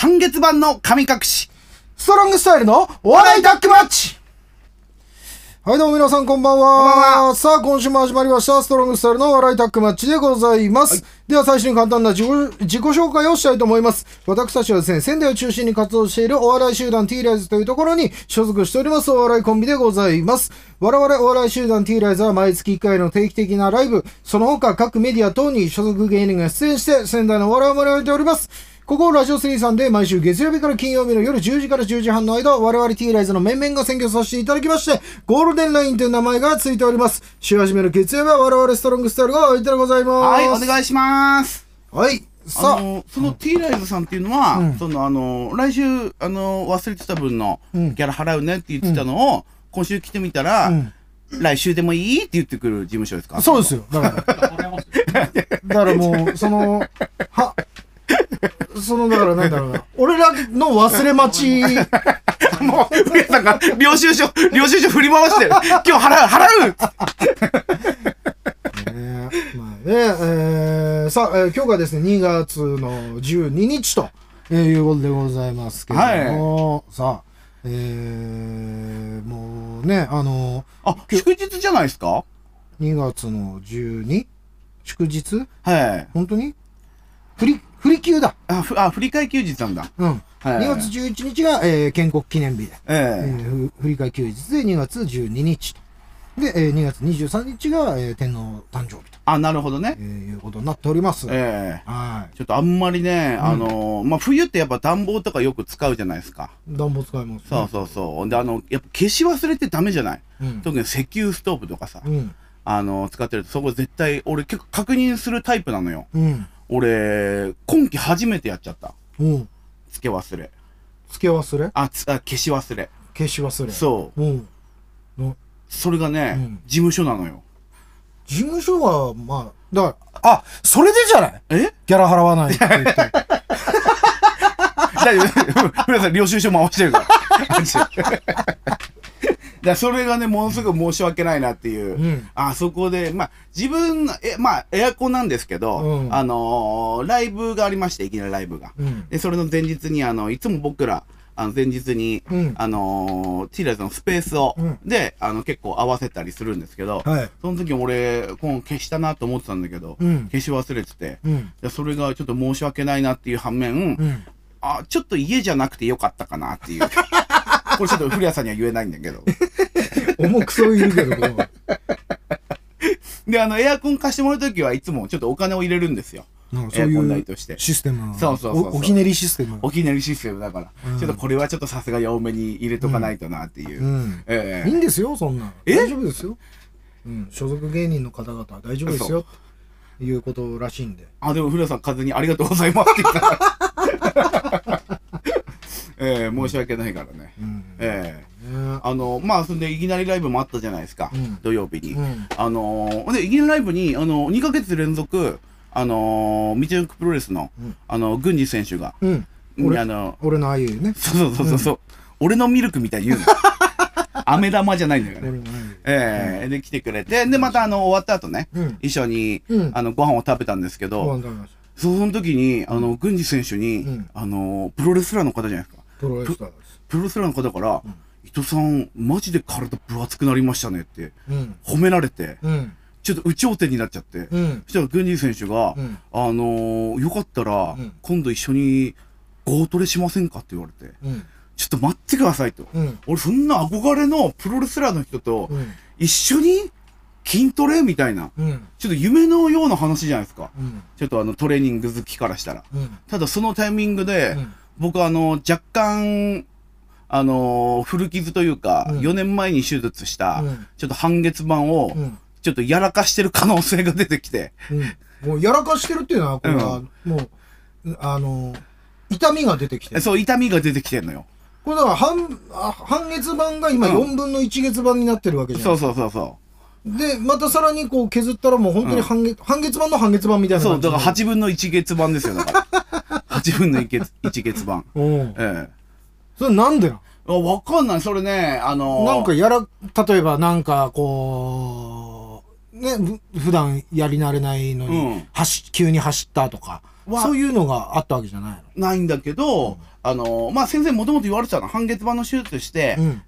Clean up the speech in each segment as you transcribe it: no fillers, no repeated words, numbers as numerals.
半月版の神隠し。 ストロングスタイルのお笑いタッグマッチ。はい、どうも皆さんこんばんは。さあ、今週も始まりました、ストロングスタイルのお笑いタッグマッチでございます。はい、では、最初に簡単な自己紹介をしたいと思います。私たちはですね、仙台を中心に活動しているお笑い集団 T ライズというところに所属しておりますお笑いコンビでございます。我々お笑い集団 T ライズは毎月1回の定期的なライブ、その他各メディア等に所属芸人が出演して仙台のお笑いを盛り上げております。ここラジオ3さんで毎週月曜日から金曜日の夜10時から10時半の間、我々 T ライズの面々が選挙させていただきまして、ゴールデンラインという名前がついております。週始めの月曜日は我々ストロングスタイルがお相手でございます。 はい、お願いします。 はい。さあ、 その T ライズさんっていうのは、来週、忘れてた分のギャラ払うねって言ってたのを、今週来てみたら、来週でもいいって言ってくる事務所ですか？ そうですよ。だからもう、だからなんだろうな。俺らの忘れ待ち。 もう、上さんが領収書振り回してる。今日払うさあ、今日がですね、2月の12日ということでございますけども、はい、さあ、もうね、 祝日じゃないですか ?2 月の12？祝日？ はい。 本当に振り休だ。 振り替え休日なんだ。 うん。はい、2月11日が、建国記念日で、振り替え休日で2月12日と。で、2月23日が、天皇誕生日と。 あ、なるほどね。 いうことになっております。 はい。ちょっとあんまりね、冬ってやっぱ暖房とかよく使うじゃないですか。 暖房使います、 ね。そうで、やっぱ消し忘れてダメじゃない。特に石油ストーブとかさ、使ってると、そこ絶対、俺結構確認するタイプなのよ。俺、今季初めてやっちゃった。付け忘れ。 付け忘れ？ 消し忘れ。 消し忘れ。 そう。それがね、事務所なのよ。 事務所は、まあ、だから、それでじゃないギャラ払わないって言って。 大丈夫。皆さん、領収書回してるから。それがね、ものすごく申し訳ないなっていう。そこで、自分、エアコンなんですけど、ライブがありまして、いきなりライブが。で、それの前日に、いつも僕ら、前日に、T ライズのスペースを、で、結構合わせたりするんですけど、その時俺、消したなと思ってたんだけど、消し忘れてて、それがちょっと申し訳ないなっていう反面、ちょっと家じゃなくてよかったかなっていう。これちょっと古谷さんには言えないんだけど。 重くそう言うけど。 で、エアコン貸してもらうときはいつもちょっとお金を入れるんですよ。 そういうシステム。おひねりシステム。 おひねりシステムだから。ちょっとこれはちょっとさすがに多めに入れとかないとなっていう。 いいんですよ、そんな。大丈夫ですよ。所属芸人の方々は大丈夫ですよ。いうことらしいんで。 でも古谷さん、風にありがとうございますって言ったら。申し訳ないからね。そんで、いきなりライブもあったじゃないですか。土曜日に。で、いきなりライブに、2ヶ月連続、道のくプロレスの、郡司選手が。 俺のあゆね。 そう。俺のミルクみたいに言うの。飴玉じゃないんだからね。で、来てくれて、で、また終わった後ね、一緒に、ご飯を食べたんですけど、その時に、郡司選手に、プロレスラーの方じゃないですか。プロレスラーの方から、伊藤さん、マジで体分厚くなりましたねって、褒められて、ちょっと有頂天になっちゃって、そしたら郡司選手が、よかったら、今度一緒にゴートレしませんかって言われて、ちょっと待ってくださいと。俺そんな憧れのプロレスラーの人と、一緒に筋トレみたいな、ちょっと夢のような話じゃないですか。ちょっとトレーニング好きからしたら。ただそのタイミングで、僕は若干、古傷というか、4年前に手術した、ちょっと半月板を、ちょっとやらかしてる可能性が出てきて。 もうやらかしてるっていうのは、これは、もう、痛みが出てきてる。 そう、痛みが出てきてるのよ。 これだから半月板が今4分の1月板になってるわけじゃないですか。 そう。 で、またさらにこう削ったらもう本当に半月板の半月板みたいな感じ。 そう、だから8分の1月板ですよ、だから。8分の1月板。 それなんでなの？わかんない、それね、 なんか例えばなんかこう、ね、普段やり慣れないのに、急に走ったとか、 そういうのがあったわけじゃないの？ないんだけど、まあ、先生もともと言われてたの、半月板の手術して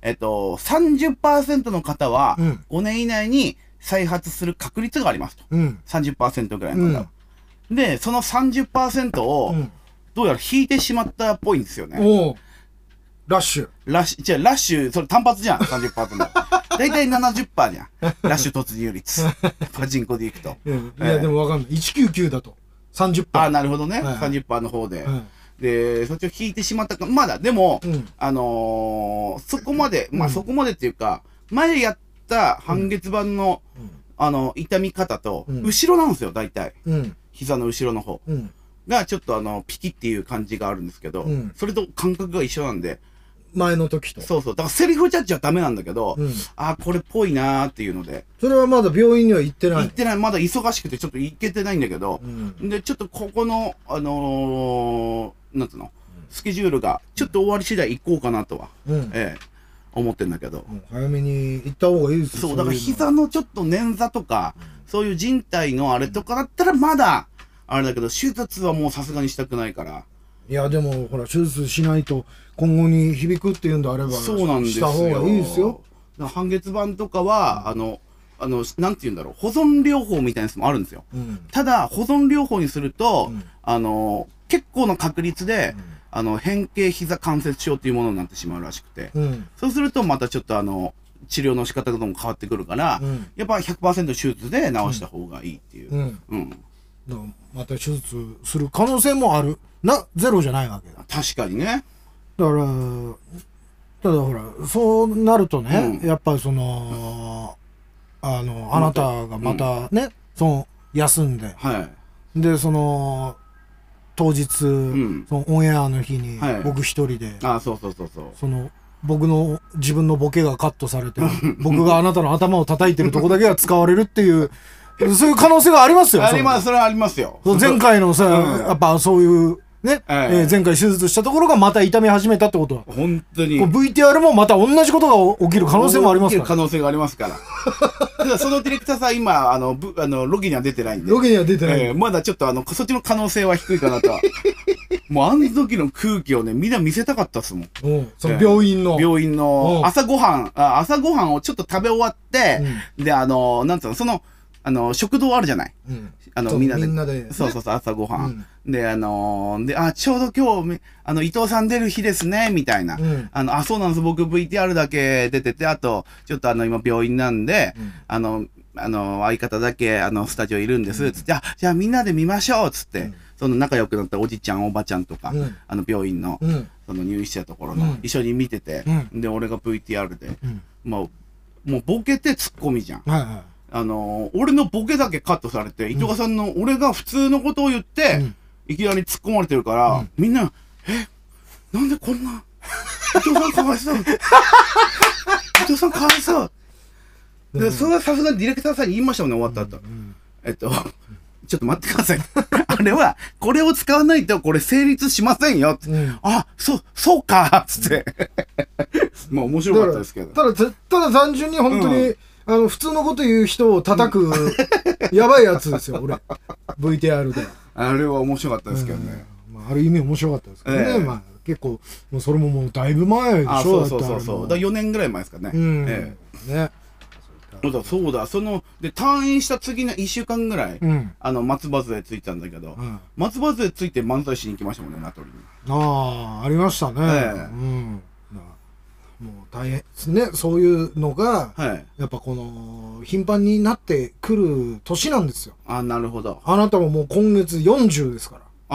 、30% の方は、5年以内に再発する確率がありますと。30% ぐらいの方。で、その 30% を、どうやら引いてしまったっぽいんですよね。 ラッシュ。 ラッシュ、それ単発じゃん、30%。だいたい 70% じゃん。ラッシュ突入率。パチンコでいくと。 いや、でもわかんない。199だと。30%。 あ、なるほどね。30% の方で。で、そっちを引いてしまったか、まだ、でも、そこまで、まあそこまでっていうか、前やった半月板の、痛み方と、後ろなんですよ、大体。膝の後ろの方。が、ちょっとピキっていう感じがあるんですけど、それと感覚が一緒なんで、 前の時と。 そうそう。だからセリフジャッジはダメなんだけど、これっぽいなーっていうので。 それはまだ病院には行ってない？ 行ってない。まだ忙しくてちょっと行けてないんだけど、で、ちょっとここの、なんつうの、スケジュールがちょっと終わり次第行こうかなとは、思ってんだけど。 早めに行った方がいいですよ。 そう、だから膝のちょっと捻挫とか、そういう人体のあれとかだったらまだ、あれだけど、手術はもうさすがにしたくないから。 いや、でも、ほら、手術しないと今後に響くっていうんであれば、 そうなんですよ。 した方がいいですよ。 半月板とかは、なんて言うんだろう、保存療法みたいなやつもあるんですよ。ただ、保存療法にすると、結構な確率で、変形膝関節症っていうものになってしまうらしくて、そうするとまたちょっと治療の仕方とかも変わってくるから、やっぱ 100% 手術で治した方がいいっていう。 また手術する可能性もある。ゼロじゃないわけだ。 確かにね。 だから、ただほら、そうなるとね、やっぱりその、あなたがまたね、休んで、で、当日、そのオンエアの日に、僕一人で、自分のボケがカットされて、僕があなたの頭を叩いてるとこだけが使われるっていう、そういう可能性がありますよ。 それはありますよ。 前回のさ、やっぱそういう、ね、前回手術したところがまた痛み始めたってことは。 本当に。 VTR もまた同じことが起きる可能性もありますから。 起きる可能性がありますから。ただそのディレクターさん、今、ロケには出てないんで。 ロケには出てない。 まだちょっとそっちの可能性は低いかなとは。もうあの時の空気をね、みんな見せたかったっすもん。 その病院の。 朝ごはんをちょっと食べ終わって、で、なんつうの、食堂あるじゃない。みんなで。そう、朝ごはん。で、ちょうど今日、伊藤さん出る日ですね、みたいな。そうなんです、僕 VTR だけ出てて、あと、ちょっと今病院なんで、相方だけ、スタジオいるんです、つって、じゃあみんなで見ましょう、つって、仲良くなったおじちゃん、おばちゃんとか、病院の、入院したところの、一緒に見てて、で、俺が VTR で、もうボケてツッコミじゃん。俺のボケだけカットされて、伊藤さんの、俺が普通のことを言って、いきなり突っ込まれてるから、みんな、なんでこんな、伊藤さんかわいそう。伊藤さんかわいそう。で、それはさすがにディレクターさんに言いましたもんね、終わった後。ちょっと待ってください。あれは、これを使わないとこれ成立しませんよ。そうかつって。まあ面白かったですけど。 ただ単純に本当に、普通のこと言う人を叩く、やばいやつですよ、俺。VTR で。 あれは面白かったですけどね。 ある意味面白かったですけどね。まあ結構、もうそれももうだいぶ前でしょ。 そう。だから4年ぐらい前ですかね。ね。そうだ。で、退院した次の1週間ぐらい、松葉杖ついたんだけど、松葉杖ついて漫才しに行きましたもんね、名取に。 ありましたね。もう大変ですね。そういうのが、やっぱ頻繁になってくる年なんですよ。 なるほど。 あなたももう今月40ですから。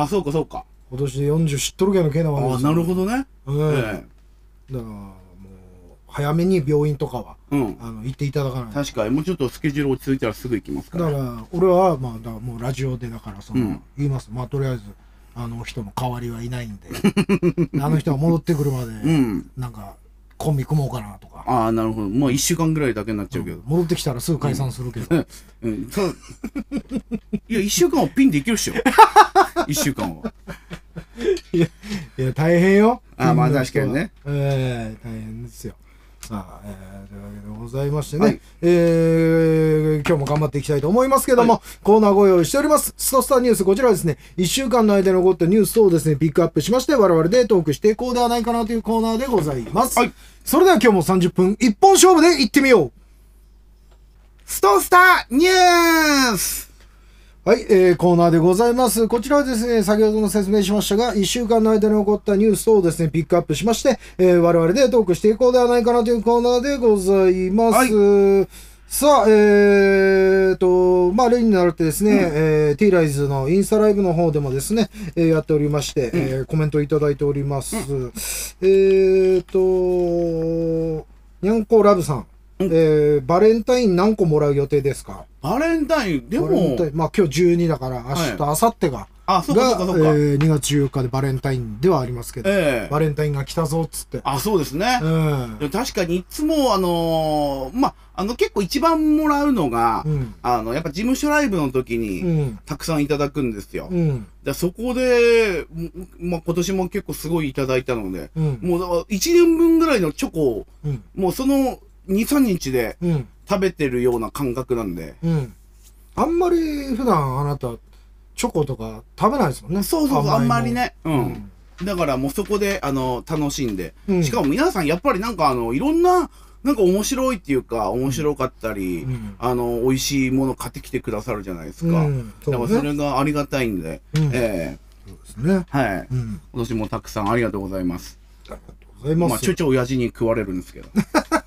そうか。 今年で40知っとるけどけなわけですよ。 なるほどね。 だから、もう、早めに病院とかは、行っていただかないと。 確かに、もうちょっとスケジュール落ち着いたらすぐ行きますから。 だから、俺は、もうラジオでだから、言います。とりあえず、人の代わりはいないんで、あの人が戻ってくるまで、なんか、コンビ組もうかなとか。 なるほど。まあ1週間ぐらいだけになっちゃうけど。 戻ってきたらすぐ解散するけど。 いや、1週間はピンできるっしょ。1週間は。 いや、大変よ。 まあ確かにね。 大変ですよ。 さあ、というわけでございましてね、今日も頑張っていきたいと思いますけども、コーナーご用意しております。ストスタニュース、こちらですね、1週間の間に起こったニュースをですね、ピックアップしまして、我々でトークしていこうではないかなというコーナーでございます。それでは今日も30分、一本勝負で行ってみよう。 ストスタニュース。 はい、コーナーでございます。こちらはですね、先ほども説明しましたが、1週間の間に起こったニュースをですね、ピックアップしまして、我々でトークしていこうではないかなというコーナーでございます。さあ、例になってですね、T ライズのインスタライブの方でもですね、やっておりまして、コメントいただいております。にゃんこラブさん。バレンタイン何個もらう予定ですか？ バレンタインでも、 まあ今日12だから明日、明後日が、2月14日でバレンタインではありますけど、バレンタインが来たぞっつって。 そうですね。確かにいつも結構一番もらうのが、やっぱ事務所ライブの時に、たくさんいただくんですよ。そこで、今年も結構すごいいただいたので、もうだから1年分ぐらいのチョコを、もうその2、3日で食べてるような感覚なんで。 あんまり普段あなた、チョコとか食べないですもんね。 そう、あんまりね。だからもうそこで、楽しんで。しかも皆さんやっぱりなんかいろんな、なんか面白いっていうか、面白かったり、美味しいもの買ってきてくださるじゃないですか。だからそれがありがたいんで。そうですね。 はい。今年もたくさんありがとうございます。 ありがとうございます。 ちょいちょい親父に食われるんですけど。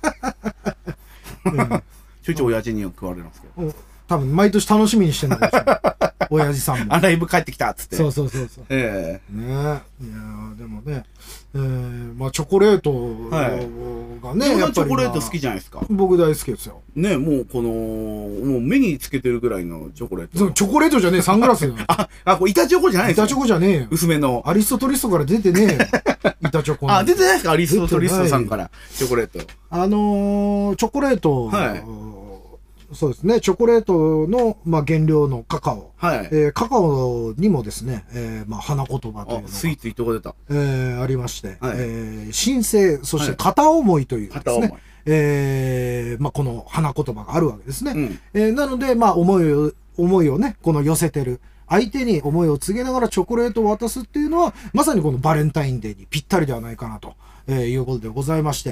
ちょいちょい親父には食われるんですけど。 多分毎年楽しみにしてんだろうし。親父さんも。 ライブ帰ってきたっつって。 そう。ねいやでもね、チョコレートがね、 やっぱりチョコレート好きじゃないですか。 僕大好きですよ。 ね、もう目につけてるぐらいのチョコレート。 チョコレートじゃねえ、サングラスよ。 これ板チョコじゃないですか。 板チョコじゃねえよ。 薄めの。 アリストトリストから出てねえよ。板チョコ。 出てないですか、アリストトリストさんからチョコレート。 チョコレート。そうですね。チョコレートの、原料のカカオ。カカオにもですね、花言葉というのが。 スイーツいとこ出た。 ありまして、新生、そして片思いというですね、この花言葉があるわけですね。なので、思いをね、この寄せてる。相手に思いを告げながらチョコレートを渡すっていうのは、まさにこのバレンタインデーにぴったりではないかなと。いうことでございまして、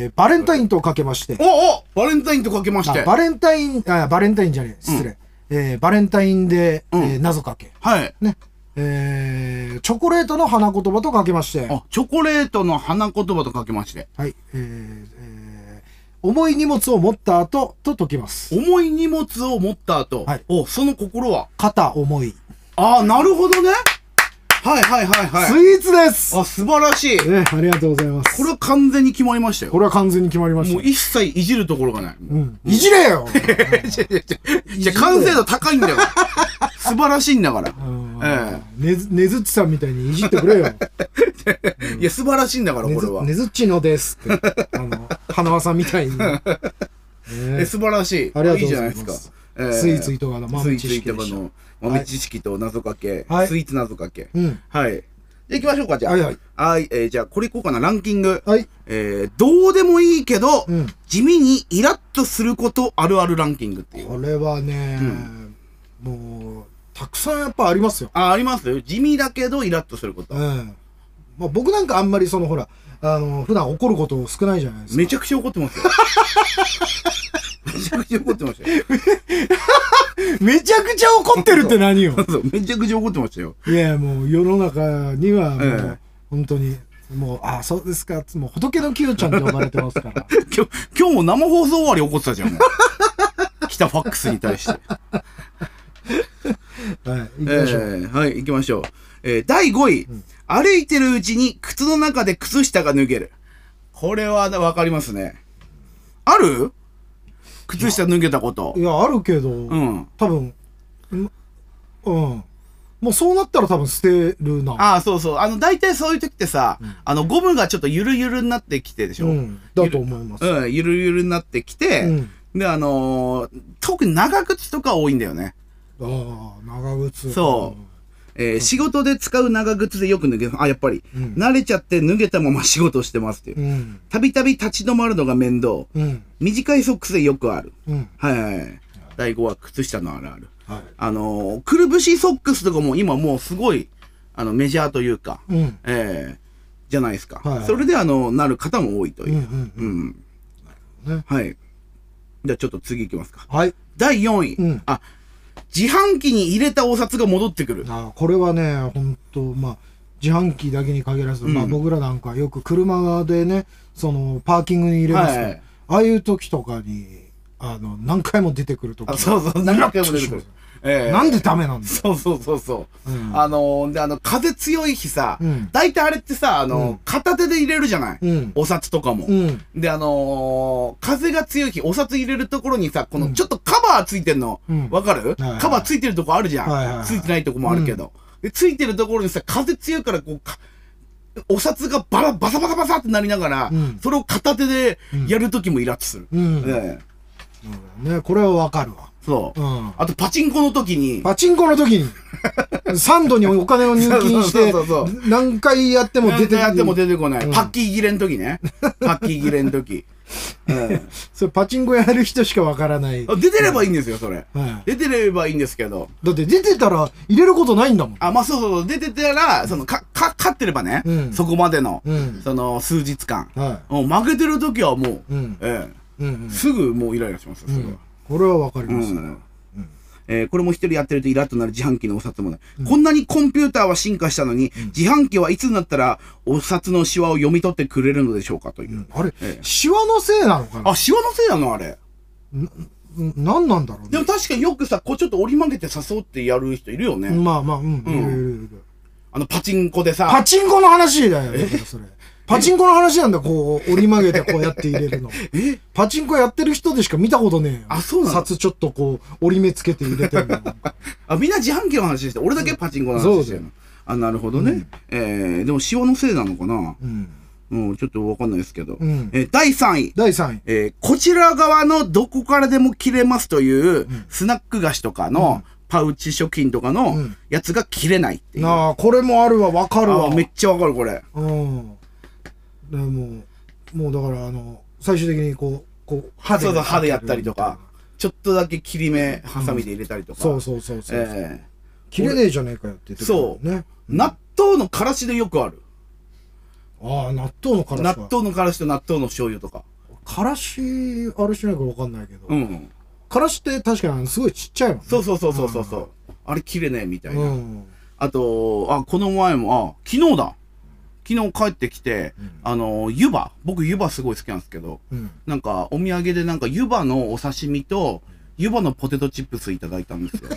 バレンタインとかけまして。 バレンタインとかけまして。 バレンタインじゃねえ、失礼。バレンタインで、謎かけ。ね。チョコレートの花言葉とかけまして。 チョコレートの花言葉とかけまして。 はい。重い荷物を持った後と解きます。 重い荷物を持った後。はい。その心は肩重い。 なるほどね。はい。 スイーツです。 素晴らしい。 ありがとうございます。 これは完全に決まりましたよ。 これは完全に決まりました。 もう一切いじるところがない。 いじれよじゃ完成度高いんだよ。素晴らしいんだから。 ねずっちさんみたいにいじってくれよ。 いや、素晴らしいんだから、これは。 ねずっちのですって。花輪さんみたいに。 素晴らしい。 ありがとうございます。 いいじゃないですか。 スイーツ糸川の豆知識の豆知識と謎かけ、スイーツ謎かけ。はい。じゃあ行きましょうか、じゃあ。はい。じゃあこれいこうかな、ランキング。どうでもいいけど、地味にイラッとすることあるあるランキングっていう。 これはね、もう、たくさんやっぱありますよ。 ありますよ。地味だけどイラッとすること。 僕なんかあんまりほら、普段怒ること少ないじゃないですか。 めちゃくちゃ怒ってますよ。めちゃくちゃ怒ってましたよ。 めちゃくちゃ怒ってるって何よ。 めちゃくちゃ怒ってましたよ。 いや、もう世の中にはもう、本当に、もう、そうですか。もう仏の清ちゃんって呼ばれてますから。 今日も生放送終わり怒ってたじゃん。もう来たファックスに対して。 行きましょう。 行きましょう。第5位。歩いてるうちに靴の中で靴下が脱げる。これはわかりますね。ある？靴下脱げたこと。 いや、あるけど、多分、もうそうなったら多分捨てるな。 そう。大体そういう時ってさ、ゴムがちょっとゆるゆるになってきてでしょ。 だと思います。 ゆるゆるになってきて、で、特に長靴とか多いんだよね。 長靴。 そう。 仕事で使う長靴でよく脱げ、やっぱり、慣れちゃって脱げたまま仕事してますっていう。たびたび立ち止まるのが面倒。短いソックスでよくある。はい。第5話、靴下のあるある。くるぶしソックスとかも今もうすごい、メジャーというか、じゃないですか。それでなる方も多いという。はい。じゃあちょっと次いきますか。 はい。 第4位。自販機に入れたお札が戻ってくる。 これはね、本当まあ、自販機だけに限らず、まあ僕らなんかよく車でね、パーキングに入れますね。ああいう時とかに、何回も出てくるとか。 そうそう、何回も出てくる。 なんでダメなんだよ。 そうそうそうそう。で、風強い日さ、大体あれってさ、片手で入れるじゃない、お札とかも。で、風が強い日、お札入れるところにさ、このちょっとカバーついてんの、わかる？カバーついてるとこあるじゃん。ついてないとこもあるけど。で、ついてるところにさ、風強いから、こう、お札がバサバサバサってなりながら、それを片手でやるときもイラッとする。ね、 これはわかるわ。 そう。あと、パチンコの時に。 3度にお金を入金して、何回やっても出てこない。パッキー切れん時ね。パッキー切れん時。 それパチンコやる人しかわからない。 出てればいいんですよ、それ。出てればいいんですけど。 だって出てたら入れることないんだもん。 まあそうそう、出てたら、勝ってればね、そこまでの、数日間。負けてる時はもう、すぐもうイライラしますよ、それは。 これはわかります。 これも一人やってるとイラッとなる自販機のお札もね。こんなにコンピューターは進化したのに、自販機はいつになったらお札のシワを読み取ってくれるのでしょうかという。 あれ、シワのせいなのかな？ シワのせいなのあれ。 何なんだろうね。 でも確かによくさ、こうちょっと折り曲げて誘ってやる人いるよね。 まあまあ、いる。 パチンコでさ。 パチンコの話だよね、それ。パチンコの話なんだ、こう、折り曲げてこうやって入れるの。パチンコやってる人でしか見たことねえよ。 そうなの？ 札ちょっとこう、折り目つけて入れてるの。 みんな自販機の話して、俺だけパチンコの話してるの。なるほどね。でも、シワのせいなのかな？ちょっとわかんないですけど。第3位。こちら側のどこからでも切れますという、スナック菓子とかの、パウチ食品とかのやつが切れないっていう。 これもあるわ、わかるわ。 めっちゃわかる、これ。 でもうだから最終的にこう歯でやったりとか、ちょっとだけ切り目ハサミで入れたりとか。 そう。切れねえじゃねえかよって言ってたね。 納豆のからしでよくある。 納豆のからし。 納豆のからしと納豆の醤油とか。 からしあれしないからわかんないけど。からしって確かにすごいちっちゃいもんね。 そう。あれ切れねえみたいな。あとこの前も昨日だ。昨日帰ってきて、僕湯葉すごい好きなんですけど、なんかお土産でなんか湯葉のお刺身と湯葉のポテトチップスいただいたんですよ。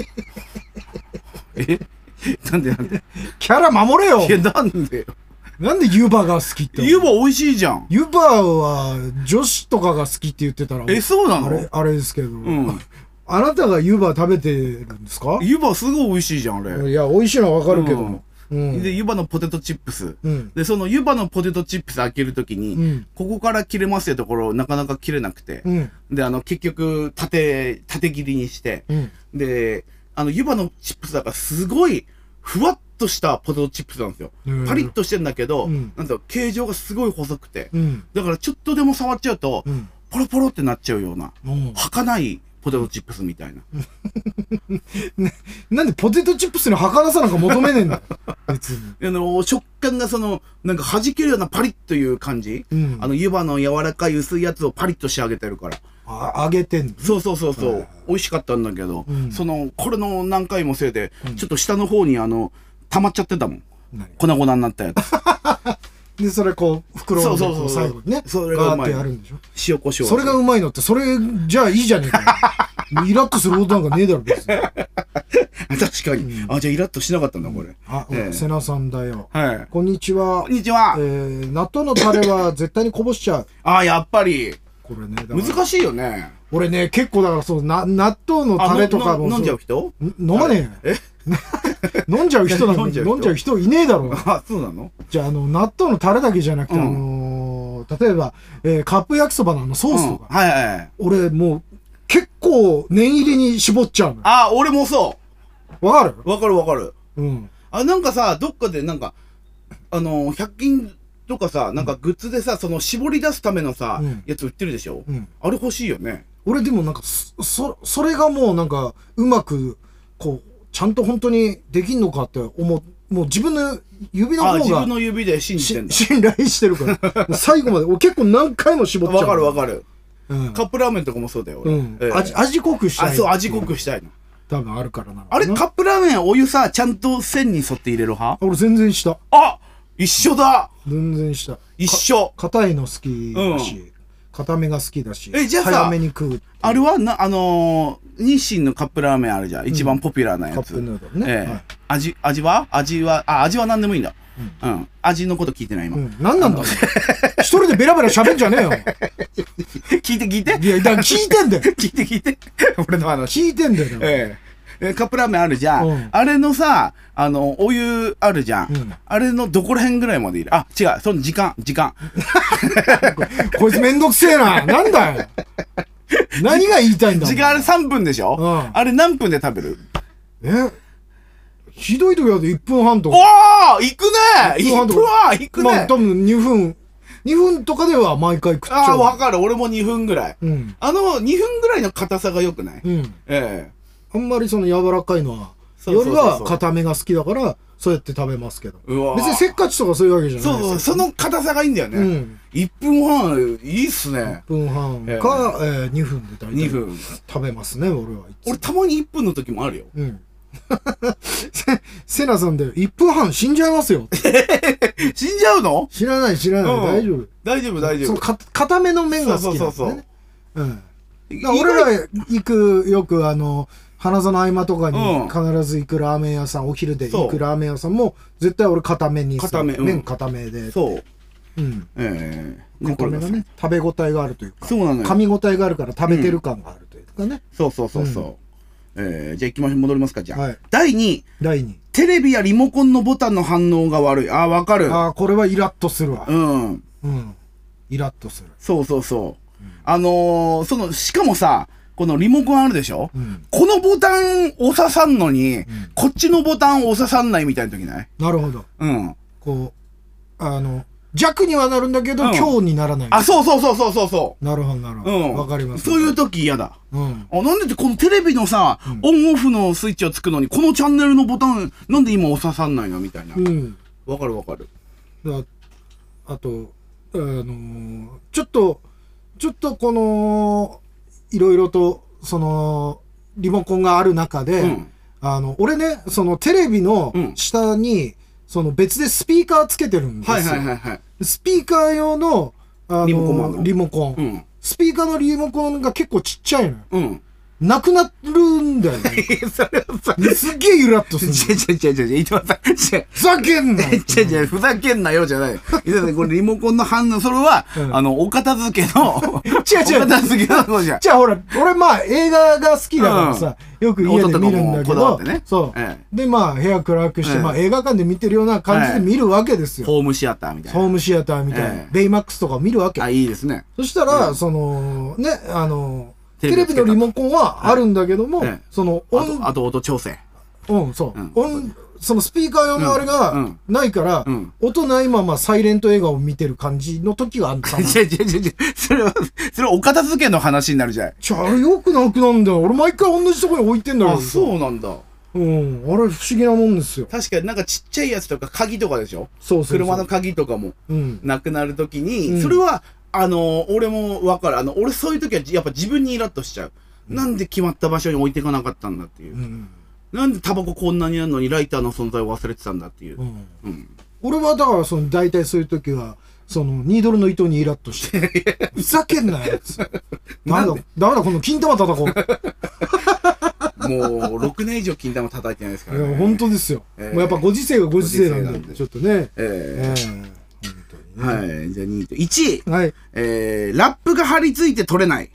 なんでキャラ守れよ。 いや、なんでよ。 なんで湯葉が好きって。 湯葉美味しいじゃん。 湯葉は女子とかが好きって言ってたら。 そうなの？ あれですけど。あなたが湯葉食べてるんですか？ 湯葉すごい美味しいじゃん、あれ。 いや、美味しいのはわかるけど。 で、湯葉のポテトチップス。で、その湯葉のポテトチップス開けるときに、ここから切れますってところ、なかなか切れなくて。で、結局、縦切りにして。で、湯葉のチップスだからすごい、ふわっとしたポテトチップスなんですよ。パリッとしてんだけど、なんだろう、形状がすごい細くて。だからちょっとでも触っちゃうと、ポロポロってなっちゃうような、儚いポテトチップスみたいな。 なんでポテトチップスの儚さなんか求めねえんだ別に。 食感がなんか弾けるようなパリッという感じ。湯葉の柔らかい薄いやつをパリッと仕上げてるから。 揚げてんの？ そう。美味しかったんだけど、これの何回もせいで、ちょっと下の方に溜まっちゃってたもん。粉々になったやつ。 で、それこう、袋を最後にね、 それがうまい。 やるんでしょ？ 塩コショウ。 それがうまいのって、それじゃあいいじゃねえかよ。イラッとすることなんかねえだろ、別に。 確かに。じゃあイラッとしなかったんだ、これ。 瀬名さんだよ。 はい。 こんにちは。 こんにちは。 納豆のタレは絶対にこぼしちゃう。 やっぱり。 これね。 難しいよね。 俺ね、結構だから納豆のタレとかも。 飲んじゃう人？ 飲まねえ。飲んじゃう人なんだ。飲んじゃう人いねえだろ。 そうなの？ じゃあ、納豆のタレだけじゃなくて、例えば、カップ焼きそばのソースとか。俺もう、結構念入りに絞っちゃうの。 俺もそう。 わかる？ わかる。 うん。 なんかさ、どっかでなんか、100均とかさ、なんかグッズでさ、その絞り出すためのさ、やつ売ってるでしょ？あれ欲しいよね。 俺でもなんか、それがもうなんか、うまく、こう、ちゃんと本当にできんのかってもう自分の指の方が。 自分の指で信じてんだ。 信頼してるから。最後まで、俺結構何回も絞っちゃう。 わかるわかる。カップラーメンとかもそうだよ、俺。 味濃くしたい。 そう、味濃くしたいの。 多分あるからな。 あれ、カップラーメンお湯さ、ちゃんと線に沿って入れる派？ 俺全然下。 一緒だ！ 全然下。 一緒。 硬いの好きだし、硬めが好きだし。 じゃあさ、 早めに食う。 あれは日清のカップラーメンあるじゃん。一番ポピュラーなやつ。 カップヌードルね。 味は何でもいいんだ。味のこと聞いてない、今。 何なんだろう。一人でベラベラ喋んじゃねえよ。 聞いて。 いや、だから聞いてんだよ。 聞いて。俺の話。 聞いてんだよ。 カップラーメンあるじゃん。あれのさ、お湯あるじゃん。あれのどこら辺ぐらいまで入れる？違う。その時間。 こいつめんどくせえな。なんだよ。何が言いたいんだ。 時間あれ3分でしょ？あれ何分で食べる？ ひどい時だと1分半とか。 行くね！1分半行くね！ まあ多分2分とかでは毎回食っちゃう。 わかる。俺も2分ぐらい。2分ぐらいの硬さが良くない？ あんまりその柔らかいのは、よりは硬めが好きだから、そうやって食べますけど。別にせっかちとかそういうわけじゃないですよ。 そう、その硬さがいいんだよね。1分半、いいっすね。 1分半か、2分で大体。 2分。 食べますね、俺は。 俺たまに1分の時もあるよ。 セナさんで1分半死んじゃいますよ。 死んじゃうの？ 知らない。大丈夫。 大丈夫。 硬めの麺が好きなんですね。俺らよく花園合間とかに必ず行くラーメン屋さん、お昼で行くラーメン屋さんも絶対俺硬めにする。麺硬めで。 そう。 硬めがね、食べ応えがあるというか、 そうなのよ。 噛み応えがあるから食べてる感があるというかね。 そう。じゃあ行きましょう。戻りますか、じゃあ。第2。テレビやリモコンのボタンの反応が悪い。わかる。 これはイラッとするわ。イラッとする。 そう。しかもさ、このリモコンあるでしょ？このボタン押ささんのに、こっちのボタン押ささんないみたいな時ない？ なるほど。こう、弱にはなるんだけど、強にならない。 そう。 なるほど。わかります。 そういう時嫌だ。なんでってこのテレビのさ、オンオフのスイッチをつくのに、このチャンネルのボタン、なんで今押ささんないのみたいな。わかる。 あと、ちょっとこの、いろいろと、リモコンがある中で、俺ね、テレビの下に、別でスピーカーつけてるんですよ。スピーカー用の、リモコン。スピーカーのリモコンが結構ちっちゃいのよ。なくなるんだよね。すげえイラッとする。 伊藤さん。 ふざけんなふざけんなよじゃない。これリモコンの反応、それは、お片付けの、お片付けの方じゃん。 じゃあほら、俺映画が好きだからさ、よく家で見るんだけど、そう。で、部屋暗くして、映画館で見てるような感じで見るわけですよ。 ホームシアターみたいな。 ホームシアターみたいな。ベイマックスとかを見るわけ。 いいですね。 そしたら、テレビのリモコンはあるんだけども、 あと音調整。 そのスピーカー用のあれがないから、音ないままサイレント映画を見てる感じの時があった。 それはお片付けの話になるじゃん。 あれよくなくなんだよ。俺毎回同じとこに置いてんだけど。 そうなんだ。 あれ不思議なもんですよ。 確かになんかちっちゃいやつとか鍵とかでしょ？車の鍵とかもなくなる時に、それは、俺もわかる。俺そういう時はやっぱ自分にイラッとしちゃう。なんで決まった場所に置いていかなかったんだっていう。なんでタバコこんなにあるのにライターの存在を忘れてたんだっていう。 俺はだから大体そういう時は、ニードルの糸にイラッとして。ふざけんなよ。ダメだ、この金玉叩こう。 もう、6年以上金玉叩いてないですからね。 本当ですよ。もうやっぱご時世がご時世なんで、ちょっとね。 はい。じゃあ2位と。1位。 はい。 ラップが貼り付いて取れない。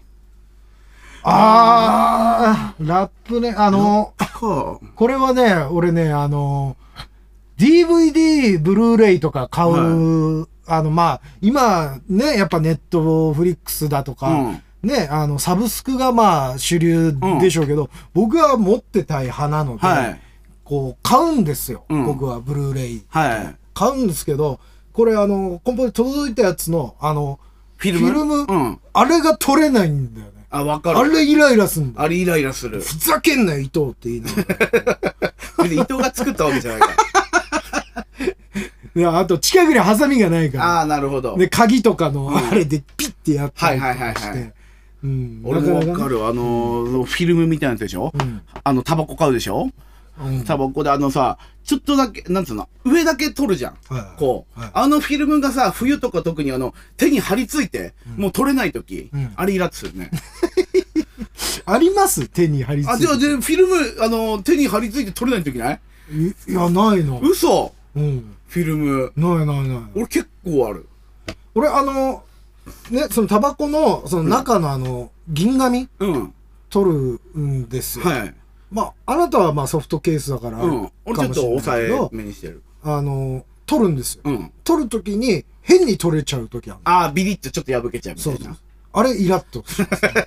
ラップね、これはね、俺ね、DVD、ブルーレイとか買う、今ね、やっぱネットフリックスだとか、ね、サブスクが主流でしょうけど、僕は持ってたい派なので、 こう、買うんですよ。僕は、ブルーレイ。 はい。 買うんですけど、これ梱包で届いたやつの、フィルム、あれが取れないんだよね。 あ、わかる。 あれイライラすんだ。 あれイライラする。 ふざけんなよ、伊藤って言いながら。伊藤が作ったわけじゃないから。 いや、あと、近くにハサミがないから。 ああ、なるほど。 で、鍵とかの、あれでピッてやったりとかして。 俺もわかる。フィルムみたいなやつでしょ？タバコ買うでしょ？タバコでさ、ちょっとだけ、なんつうの、上だけ取るじゃん。こう。フィルムがさ、冬とか特に手に張り付いて、もう取れないとき、あれイラッとするね。 あります手に張り付いて。 じゃあ、フィルム、手に張り付いて取れないときない？ いや、ないの。 嘘？フィルム。 ない。 俺結構ある。 俺、ね、そのタバコの、その中の銀紙取るんですよ。はい。まあ、あなたはまあソフトケースだから、 俺ちょっと抑えめにしてる。 取るんですよ。取るときに変に取れちゃうときある。 ああ、ビリッとちょっと破けちゃうみたいな。そう。 あれ、イラッとしますね。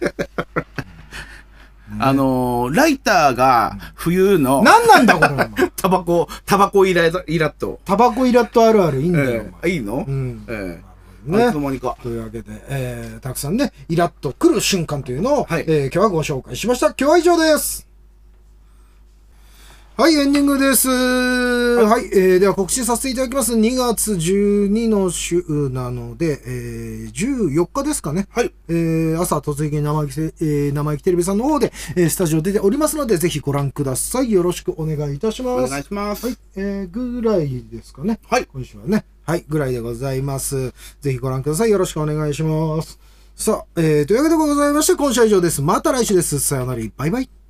ライターが冬の。 何なんだこれ。 タバコイラッと。 タバコイラッとあるあるいいんだよ。 いいの？ ね。いつの間にか。というわけで、たくさんね、イラッと来る瞬間というのを、今日はご紹介しました。今日は以上です。はい、エンディングです。はい、では告知させていただきます。2月12の週なので、14日ですかね。はい。朝、突撃生意気テレビさんの方で、スタジオ出ておりますので、ぜひご覧ください。よろしくお願いいたします。 お願いします。 はい、ぐらいですかね。はい。今週はね。はい、ぐらいでございます。ぜひご覧ください。よろしくお願いします。さあ、というわけでございまして、今週は以上です。また来週です。さよなら。バイバイ。